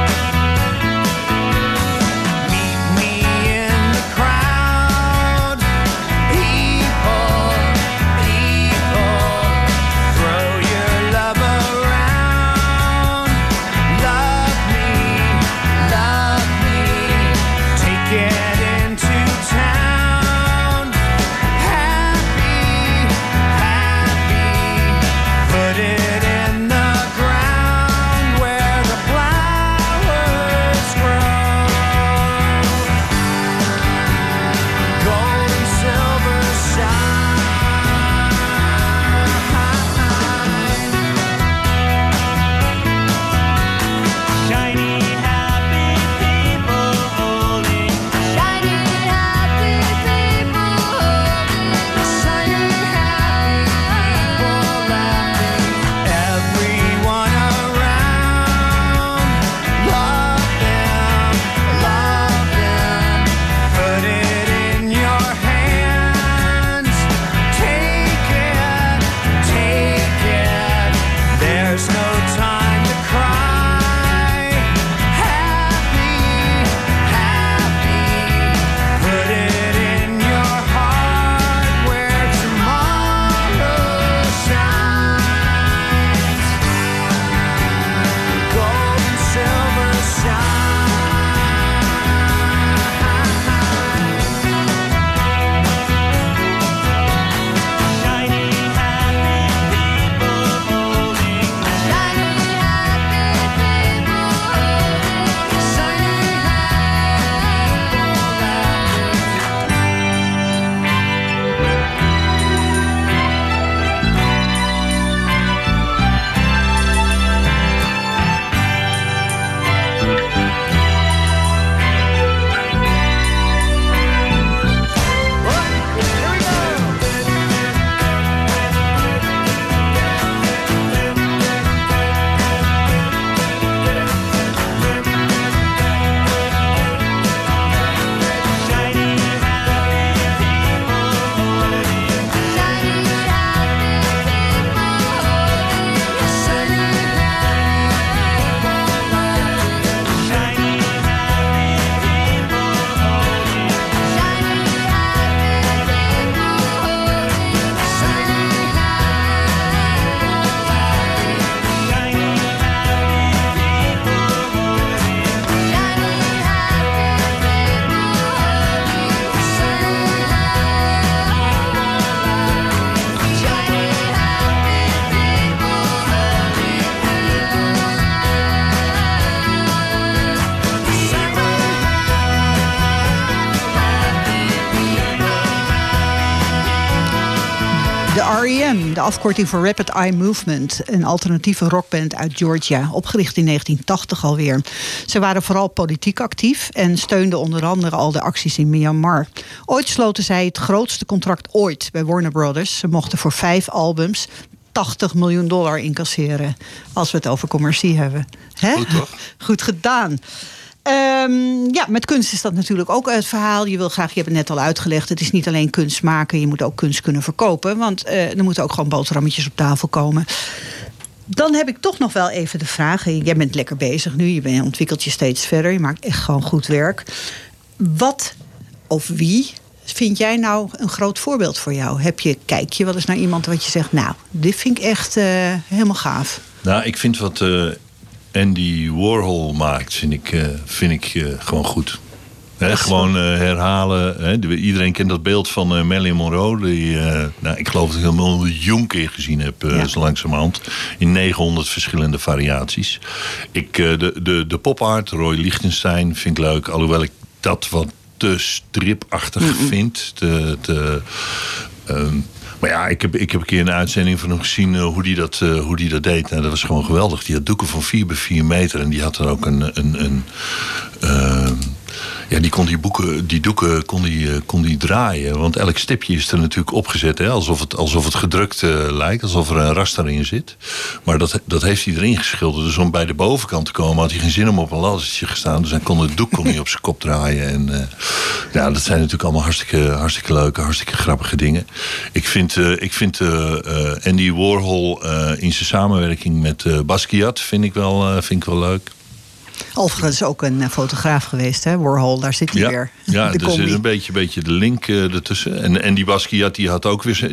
R.E.M., de afkorting voor Rapid Eye Movement. Een alternatieve rockband uit Georgia, opgericht in 1980 alweer. Ze waren vooral politiek actief en steunden onder andere al de acties in Myanmar. Ooit sloten zij het grootste contract ooit bij Warner Brothers. Ze mochten voor 5 albums $80 miljoen incasseren. Als we het over commercie hebben. Hè? Goed toch? Goed gedaan. Met kunst is dat natuurlijk ook het verhaal. Je hebt het net al uitgelegd, het is niet alleen kunst maken. Je moet ook kunst kunnen verkopen. Want er moeten ook gewoon boterhammetjes op tafel komen. Dan heb ik toch nog wel even de vraag. Jij bent lekker bezig nu. Je ontwikkelt je steeds verder. Je maakt echt gewoon goed werk. Wat of wie vind jij nou een groot voorbeeld voor jou? Kijk je wel eens naar iemand wat je zegt, nou, dit vind ik echt helemaal gaaf? Nou, ik vind wat Andy Warhol maakt, vind ik gewoon goed. Gewoon herhalen. Iedereen kent dat beeld van Marilyn Monroe. Die, ik geloof dat ik hem een miljoen keer gezien heb, zo langzamerhand. In 900 verschillende variaties. De popart, Roy Lichtenstein, vind ik leuk. Alhoewel ik dat wat te stripachtig vind. Maar ja, ik heb een keer een uitzending van hem gezien hoe die dat deed. Nou, dat was gewoon geweldig. Die had doeken van 4 bij 4 meter. En die had dan ook die doeken kon die draaien. Want elk stipje is er natuurlijk opgezet. Hè? Alsof het gedrukt lijkt. Alsof er een raster in zit. Maar dat heeft hij erin geschilderd. Dus om bij de bovenkant te komen had hij geen zin om op een laddertje gestaan. Dus hij kon het doek op zijn kop draaien. En dat zijn natuurlijk allemaal hartstikke leuke, hartstikke grappige dingen. Ik vind Andy Warhol in zijn samenwerking met Basquiat vind ik wel leuk. Alfred is ook een fotograaf geweest, hè? Warhol, daar zit hij weer. Ja, er zit een beetje de link ertussen. En die Basquiat, die had ook weer...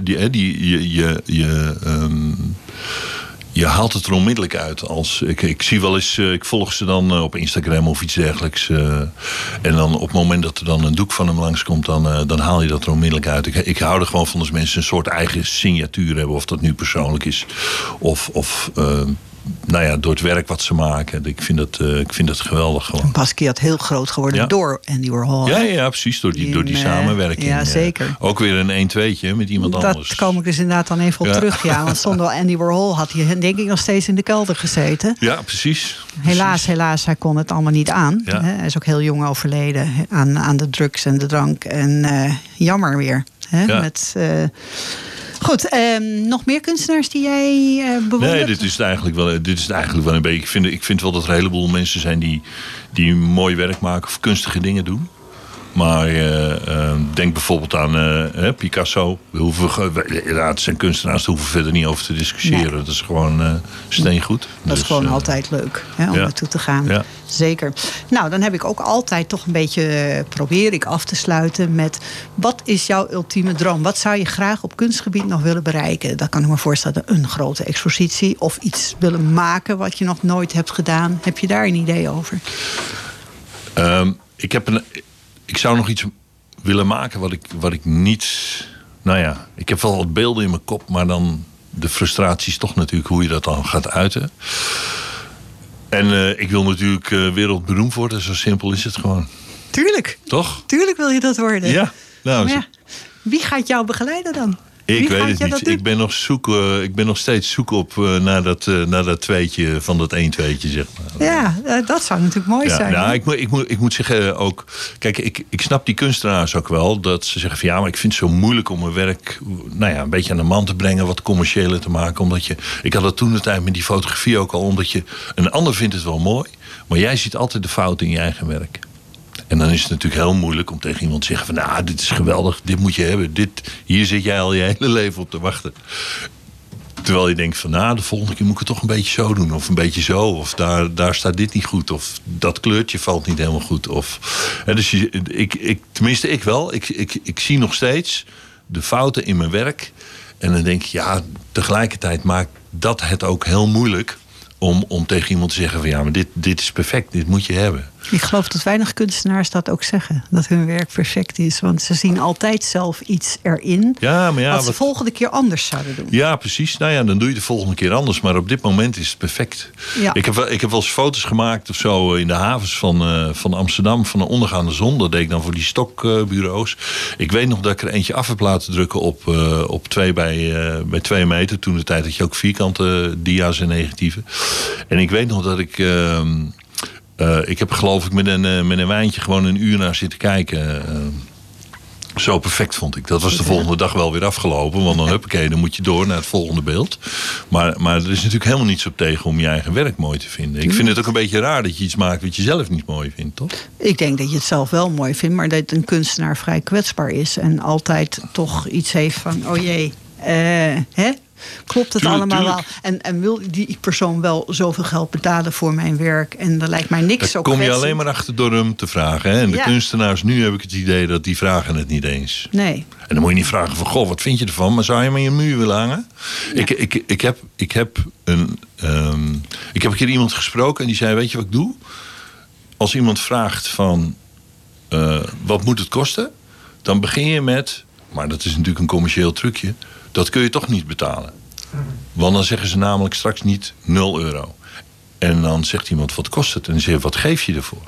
Je haalt het er onmiddellijk uit. Ik zie wel eens, ik volg ze dan op Instagram of iets dergelijks. En dan op het moment dat er dan een doek van hem langskomt, dan haal je dat er onmiddellijk uit. Ik hou er gewoon van als mensen een soort eigen signatuur hebben. Of dat nu persoonlijk is. Of door het werk wat ze maken. Ik vind dat geweldig gewoon. Basquiat heel groot geworden door Andy Warhol. Ja, precies. Door die samenwerking. Ja, zeker. Ook weer een 1-2'tje met iemand anders. Dat kom ik dus inderdaad dan even op terug. Ja, want zonder Andy Warhol had hij denk ik nog steeds in de kelder gezeten. Ja, precies. Helaas, hij kon het allemaal niet aan. Ja. Hij is ook heel jong overleden aan de drugs en de drank. En jammer weer. Ja. Goed, nog meer kunstenaars die jij bewondert? Nee, dit is het eigenlijk wel een beetje. Ik vind wel dat er een heleboel mensen zijn die mooi werk maken of kunstige dingen doen. Maar denk bijvoorbeeld aan Picasso. Het zijn kunstenaars, daar hoeven we verder niet over te discussiëren. Nee. Dat is gewoon steengoed. Dat is gewoon altijd leuk om naartoe te gaan. Ja. Zeker. Nou, dan heb ik ook altijd toch een beetje... probeer ik af te sluiten met... wat is jouw ultieme droom? Wat zou je graag op kunstgebied nog willen bereiken? Dat kan ik me voorstellen, een grote expositie... of iets willen maken wat je nog nooit hebt gedaan. Heb je daar een idee over? Ik zou nog iets willen maken wat ik niet... Nou ja, ik heb wel wat beelden in mijn kop... maar dan de frustratie is toch natuurlijk hoe je dat dan gaat uiten. En ik wil natuurlijk wereldberoemd worden. Zo simpel is het gewoon. Tuurlijk. Toch? Tuurlijk wil je dat worden. Ja. Nou, wie gaat jou begeleiden dan? Ik weet het niet. Ik ben nog steeds zoek op naar dat tweetje van dat 1-2'tje, zeg maar. Ja, dat zou natuurlijk mooi zijn. Nou, ik moet zeggen ook... Kijk, ik snap die kunstenaars ook wel. Dat ze zeggen van maar ik vind het zo moeilijk om mijn werk... een beetje aan de man te brengen. Wat commerciëler te maken. Omdat ik had dat toen de tijd met die fotografie ook al. Omdat een ander vindt het wel mooi. Maar jij ziet altijd de fout in je eigen werk. En dan is het natuurlijk heel moeilijk om tegen iemand te zeggen van... dit is geweldig, dit moet je hebben. Hier zit jij al je hele leven op te wachten. Terwijl je denkt van de volgende keer moet ik het toch een beetje zo doen. Of een beetje zo. Of daar staat dit niet goed. Of dat kleurtje valt niet helemaal goed. Dus tenminste ik wel. Ik zie nog steeds de fouten in mijn werk. En dan denk ik, tegelijkertijd maakt dat het ook heel moeilijk... Om tegen iemand te zeggen van maar dit is perfect, dit moet je hebben. Ik geloof dat weinig kunstenaars dat ook zeggen. Dat hun werk perfect is. Want ze zien altijd zelf iets erin. Ja, maar wat ze volgende keer anders zouden doen. Ja, precies. Nou ja, dan doe je de volgende keer anders. Maar op dit moment is het perfect. Ja. Ik heb wel eens foto's gemaakt of zo in de havens van Amsterdam. Van een ondergaande zon. Dat deed ik dan voor die stokbureaus. Ik weet nog dat ik er eentje af heb laten drukken op 2 bij 2 meter. Toen de tijd had je ook vierkante dia's en negatieven. En ik weet nog dat ik heb geloof ik met een wijntje gewoon een uur naar zitten kijken. Zo perfect vond ik. Dat was de volgende dag wel weer afgelopen. Want dan huppakee, dan moet je door naar het volgende beeld. Maar er is natuurlijk helemaal niets op tegen om je eigen werk mooi te vinden. Ik vind het ook een beetje raar dat je iets maakt wat je zelf niet mooi vindt, toch? Ik denk dat je het zelf wel mooi vindt. Maar dat een kunstenaar vrij kwetsbaar is. En altijd toch iets heeft van, oh jee, hè? Klopt het allemaal wel? En wil die persoon wel zoveel geld betalen voor mijn werk? En er lijkt mij niks zo kwetsend. Daar kom je alleen maar achter door hem te vragen. Hè? En de kunstenaars, nu heb ik het idee dat die vragen het niet eens. Nee. En dan moet je niet vragen van, goh, wat vind je ervan? Maar zou je hem in je muur willen hangen? Ja. Ik heb een keer iemand gesproken en die zei, weet je wat ik doe? Als iemand vraagt van, wat moet het kosten? Dan begin je met, maar dat is natuurlijk een commercieel trucje, dat kun je toch niet betalen. Want dan zeggen ze namelijk straks niet €0. En dan zegt iemand, wat kost het? En dan zeg je, wat geef je ervoor?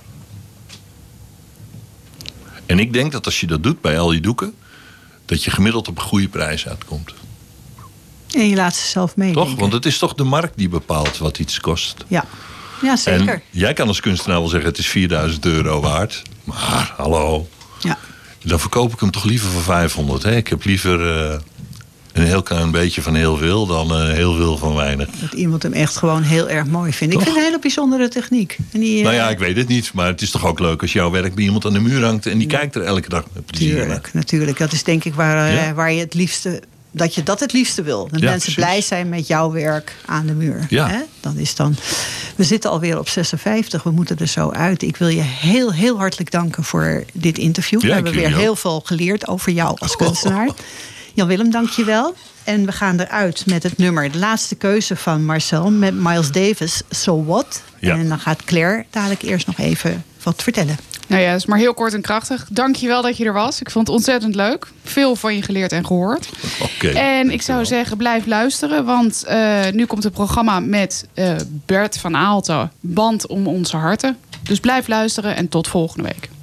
En ik denk dat als je dat doet bij al je doeken, dat je gemiddeld op een goede prijs uitkomt. En je laat ze zelf meedenken. Toch? Want het is toch de markt die bepaalt wat iets kost. Ja, ja zeker. En jij kan als kunstenaar wel zeggen, het is €4000 waard. Maar, hallo. Ja. Dan verkoop ik hem toch liever voor 500. Hè? Ik heb liever een heel klein beetje van heel veel dan heel veel van weinig. Dat iemand hem echt gewoon heel erg mooi vindt. Toch? Ik vind het een hele bijzondere techniek. En die, nou ja, ik weet het niet. Maar het is toch ook leuk als jouw werk bij iemand aan de muur hangt en die kijkt er elke dag met plezier naar. Natuurlijk. Dat is denk ik waar je het liefste, dat je dat het liefste wil. Dat mensen precies blij zijn met jouw werk aan de muur. Ja. Hè? Dat is dan. We zitten alweer op 56. We moeten er zo uit. Ik wil je heel, heel hartelijk danken voor dit interview. We hebben weer heel veel geleerd over jou als kunstenaar. Jan-Willem, dank je wel. En we gaan eruit met het nummer, de laatste keuze van Marcel, met Miles Davis, So What. Ja. En dan gaat Claire dadelijk eerst nog even wat vertellen. Nou ja, dat is maar heel kort en krachtig. Dank je wel dat je er was. Ik vond het ontzettend leuk. Veel van je geleerd en gehoord. En ik zou zeggen, blijf luisteren. Want nu komt het programma met Bert van Aalten, Band om onze harten. Dus blijf luisteren en tot volgende week.